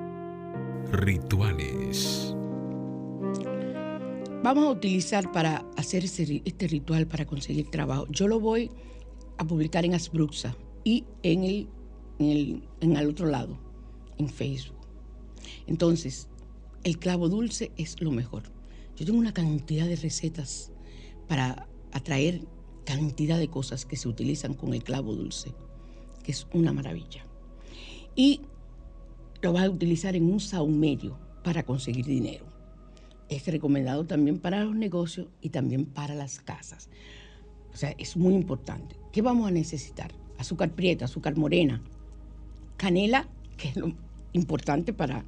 S5: rituales.
S3: Vamos a utilizar para hacer este ritual para conseguir trabajo. Yo lo voy a publicar en Asbruxa y en el otro lado, en Facebook. Entonces, el clavo dulce es lo mejor. Yo tengo una cantidad de recetas para atraer cantidad de cosas que se utilizan con el clavo dulce, que es una maravilla. Y lo vas a utilizar en un sahumerio para conseguir dinero. Es recomendado también para los negocios y también para las casas. O sea, es muy importante. ¿Qué vamos a necesitar? Azúcar prieta, azúcar morena, canela, que es lo importante para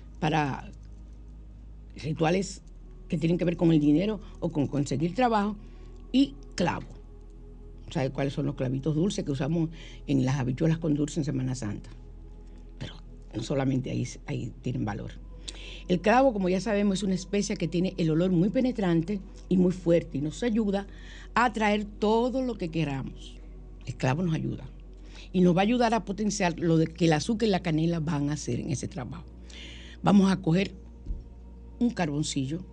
S3: rituales que tienen que ver con el dinero o con conseguir trabajo, y clavo. ¿Sabe cuáles son los clavitos dulces que usamos en las habichuelas con dulce en Semana Santa? Pero no solamente ahí tienen valor. El clavo, como ya sabemos, es una especia que tiene el olor muy penetrante y muy fuerte y nos ayuda a atraer todo lo que queramos. El clavo nos ayuda y nos va a ayudar a potenciar lo que el azúcar y la canela van a hacer en ese trabajo. Vamos a coger un carboncillo.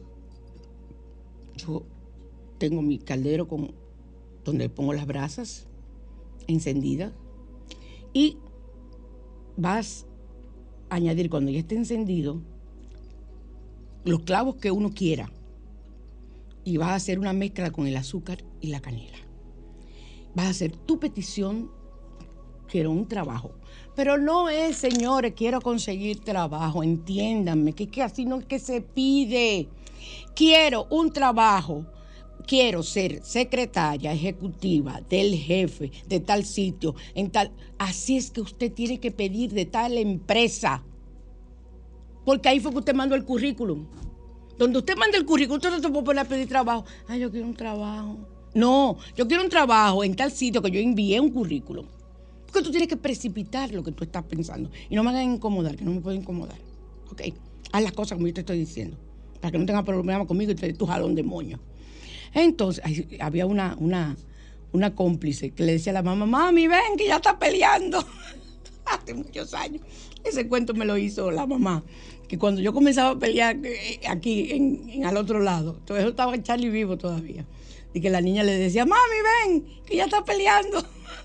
S3: Yo tengo mi caldero donde pongo las brasas encendidas, y vas a añadir, cuando ya esté encendido, los clavos que uno quiera, y vas a hacer una mezcla con el azúcar y la canela. Vas a hacer tu petición: quiero un trabajo. Pero no es, señores, quiero conseguir trabajo, entiéndanme, que así no es que se pide. Quiero un trabajo. Quiero ser secretaria ejecutiva del jefe de tal sitio, en tal. Así es que usted tiene que pedir de tal empresa. Porque ahí fue que usted mandó el currículum. Donde usted manda el currículum, usted no se puede poner a pedir trabajo. Ay, yo quiero un trabajo. No, yo quiero un trabajo en tal sitio que yo envié un currículum. Porque tú tienes que precipitar lo que tú estás pensando. Y no me hagan incomodar, que no me puedo incomodar. ¿Ok? Haz las cosas como yo te estoy diciendo. Para que no tengas problema conmigo y te des tu jalón de moño. Entonces, había una cómplice que le decía a la mamá, mami, ven, que ya está peleando. Hace muchos años. Ese cuento me lo hizo la mamá. Que cuando yo comenzaba a pelear aquí, en al otro lado, todo eso estaba Charlie vivo todavía. Y que la niña le decía, mami, ven, que ya está peleando.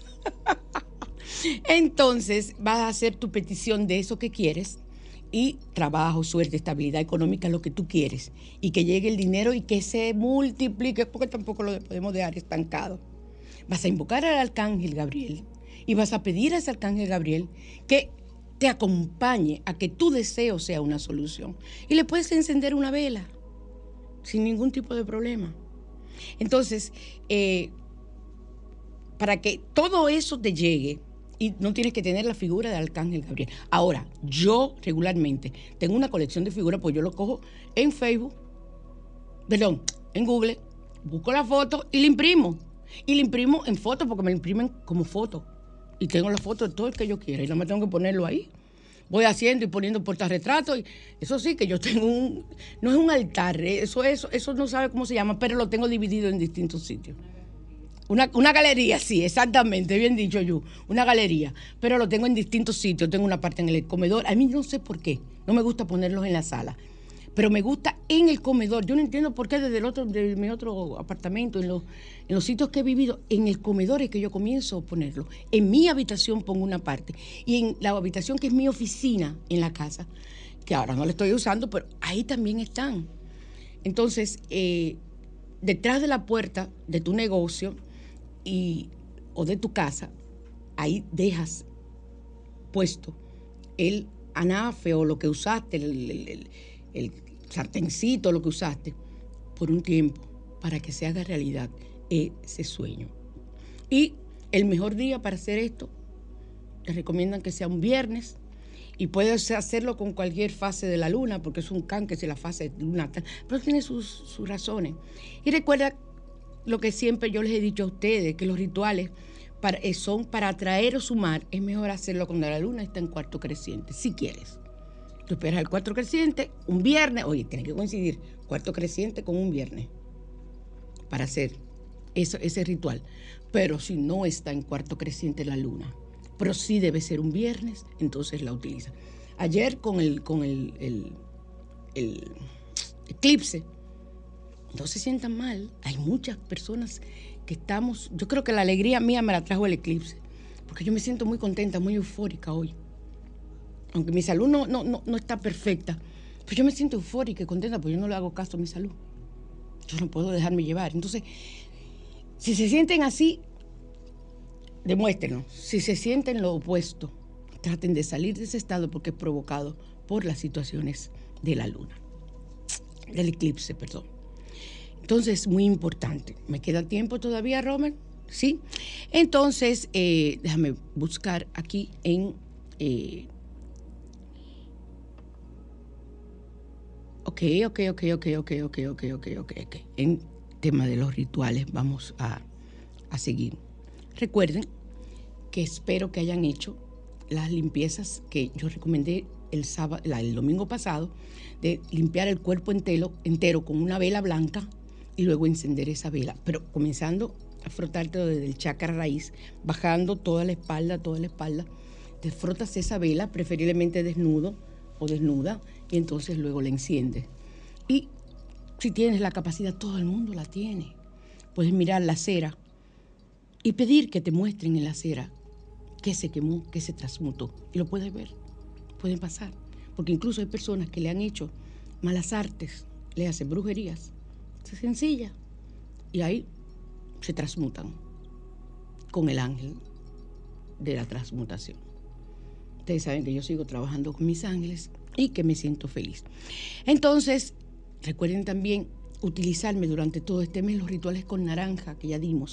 S3: Entonces, vas a hacer tu petición de eso que quieres y trabajo, suerte, estabilidad económica, lo que tú quieres. Y que llegue el dinero y que se multiplique, porque tampoco lo podemos dejar estancado. Vas a invocar al arcángel Gabriel y vas a pedir a ese arcángel Gabriel que te acompañe a que tu deseo sea una solución. Y le puedes encender una vela sin ningún tipo de problema. Entonces, para que todo eso te llegue, y no tienes que tener la figura de Arcángel Gabriel. Ahora, yo regularmente tengo una colección de figuras, pues yo lo cojo en Facebook, en Google, busco la foto y la imprimo. Y la imprimo en foto porque me la imprimen como foto. Y tengo la foto de todo el que yo quiera y no me tengo que ponerlo ahí. Voy haciendo y poniendo portarretratos. Eso sí, que yo tengo no es un altar, eso no sabe cómo se llama, pero lo tengo dividido en distintos sitios. Una galería, sí, exactamente, bien dicho, Yu. Una galería, pero lo tengo en distintos sitios. Tengo una parte en el comedor. A mí no sé por qué. No me gusta ponerlos en la sala, pero me gusta en el comedor. Yo no entiendo por qué de mi otro apartamento, en los sitios que he vivido, en el comedor es que yo comienzo a ponerlo. En mi habitación pongo una parte. Y en la habitación que es mi oficina en la casa, que ahora no la estoy usando, pero ahí también están. Entonces, detrás de la puerta de tu negocio o de tu casa, ahí dejas puesto el anafe o lo que usaste, el sartencito, lo que usaste, por un tiempo, para que se haga realidad ese sueño. Y el mejor día para hacer esto, te recomiendan que sea un viernes, y puedes hacerlo con cualquier fase de la luna, porque es un can, si la fase de luna, pero tiene sus razones. Y recuerda lo que siempre yo les he dicho a ustedes, que los rituales son para atraer o sumar. Es mejor hacerlo cuando la luna está en cuarto creciente, si quieres. Tú esperas el cuarto creciente, un viernes, oye, tiene que coincidir cuarto creciente con un viernes para hacer ese ritual. Pero si no está en cuarto creciente la luna, pero sí debe ser un viernes, entonces la utiliza. Ayer con el eclipse, no se sientan mal. Hay muchas personas que yo creo que la alegría mía me la trajo el eclipse, porque yo me siento muy contenta, muy eufórica hoy. Aunque mi salud no está perfecta, pero yo me siento eufórica y contenta porque yo no le hago caso a mi salud. Yo no puedo dejarme llevar. Entonces, si se sienten así, demuéstrenlo. Si se sienten lo opuesto, traten de salir de ese estado porque es provocado por las situaciones de la luna, del eclipse, perdón. Entonces, muy importante. ¿Me queda tiempo todavía, Romer? Sí. Entonces, déjame buscar aquí en... Ok. En tema de los rituales vamos a seguir. Recuerden que espero que hayan hecho las limpiezas que yo recomendé el domingo pasado, de limpiar el cuerpo entero con una vela blanca y luego encender esa vela, pero comenzando a frotarte desde el chakra raíz, bajando toda la espalda, te frotas esa vela, preferiblemente desnudo o desnuda, y entonces luego la enciendes. Y si tienes la capacidad, todo el mundo la tiene, puedes mirar la cera y pedir que te muestren en la cera qué se quemó, qué se transmutó, y lo puedes ver, pueden pasar, porque incluso hay personas que le han hecho malas artes, le hacen brujerías, es sencilla, y ahí se transmutan con el ángel de la transmutación. Ustedes saben que yo sigo trabajando con mis ángeles y que me siento feliz. Entonces, recuerden también utilizarme durante todo este mes los rituales con naranja que ya dimos.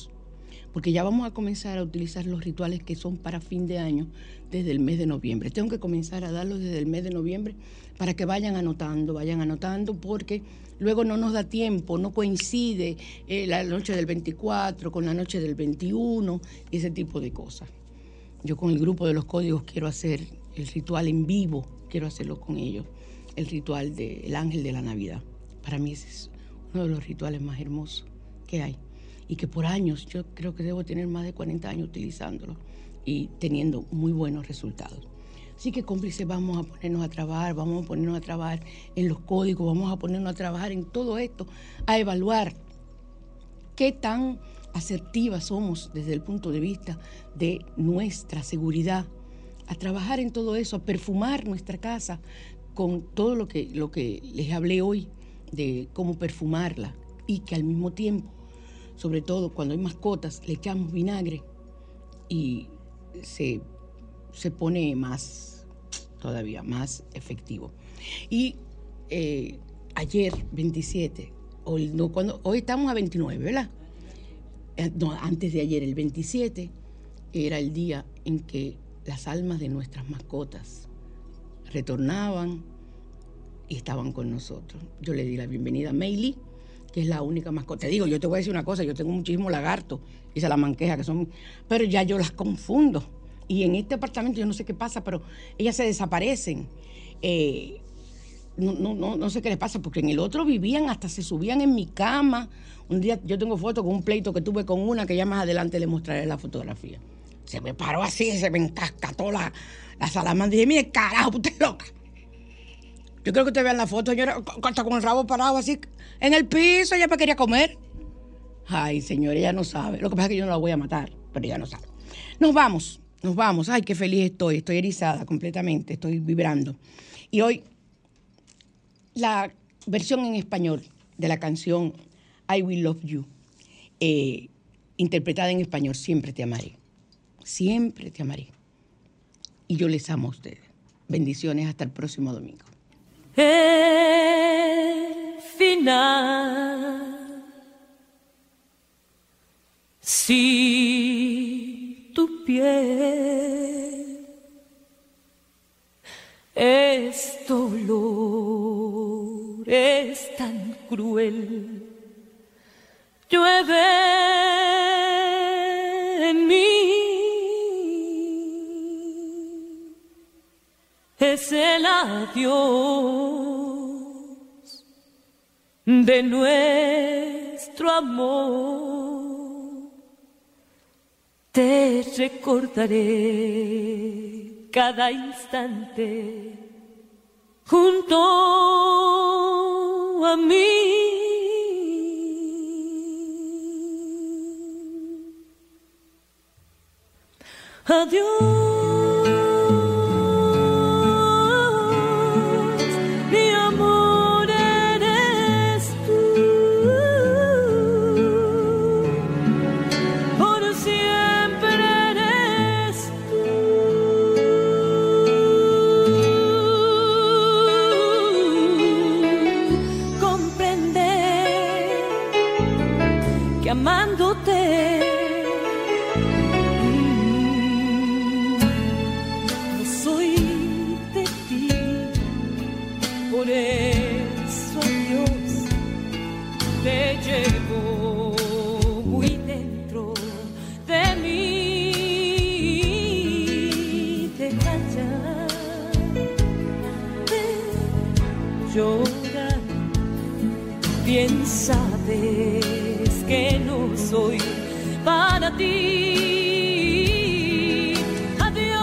S3: porque ya vamos a comenzar a utilizar los rituales que son para fin de año desde el mes de noviembre. Tengo que comenzar a darlos desde el mes de noviembre para que vayan anotando, porque luego no nos da tiempo, no coincide la noche del 24 con la noche del 21 y ese tipo de cosas. Yo con el grupo de los códigos quiero hacer el ritual en vivo, quiero hacerlo con ellos, el ritual del ángel de la Navidad. Para mí ese es uno de los rituales más hermosos que hay y que por años, yo creo que debo tener más de 40 años utilizándolo y teniendo muy buenos resultados. Así que, cómplices, vamos a ponernos a trabajar en los códigos, vamos a ponernos a trabajar en todo esto, a evaluar qué tan asertivas somos desde el punto de vista de nuestra seguridad, a trabajar en todo eso, a perfumar nuestra casa con todo lo que les hablé hoy de cómo perfumarla y que al mismo tiempo, sobre todo cuando hay mascotas, le echamos vinagre y se pone todavía más efectivo. Y ayer, 27, hoy estamos a 29, ¿verdad? No, antes de ayer, el 27, era el día en que las almas de nuestras mascotas retornaban y estaban con nosotros. Yo le di la bienvenida a Meili, que es la única mascota. Te digo, yo te voy a decir una cosa, yo tengo muchísimos lagartos y salamanquejas que son, pero ya yo las confundo. Y en este apartamento yo no sé qué pasa, pero ellas se desaparecen. No sé qué les pasa, porque en el otro vivían, hasta se subían en mi cama. Un día yo tengo fotos con un pleito que tuve con una, que ya más adelante le mostraré la fotografía. Se me paró así, se me encascató la salamandra. Dije, mire, carajo, usted es loca. Yo creo que ustedes vean la foto, señora, hasta con el rabo parado así, en el piso, ella me quería comer. Ay, señor, ella no sabe. Lo que pasa es que yo no la voy a matar, pero ella no sabe. Nos vamos. Ay, qué feliz estoy erizada completamente, estoy vibrando. Y hoy, la versión en español de la canción I Will Love You, interpretada en español, Siempre te amaré. Siempre te amaré. Y yo les amo a ustedes. Bendiciones, hasta el próximo domingo.
S6: El final. Si tu piel es dolor, es tan cruel, llueve en mí. Es el adiós de nuestro amor. Te recordaré cada instante junto a mí. Adiós. Amándote, no soy de ti, por eso Dios te llevo muy dentro de mí. Deja ya de llorar, bien sabes que no soy para ti. Adiós.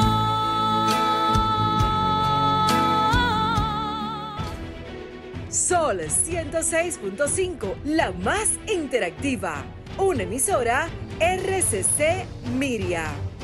S7: Sol 106.5, la más interactiva. Una emisora RCC Miria.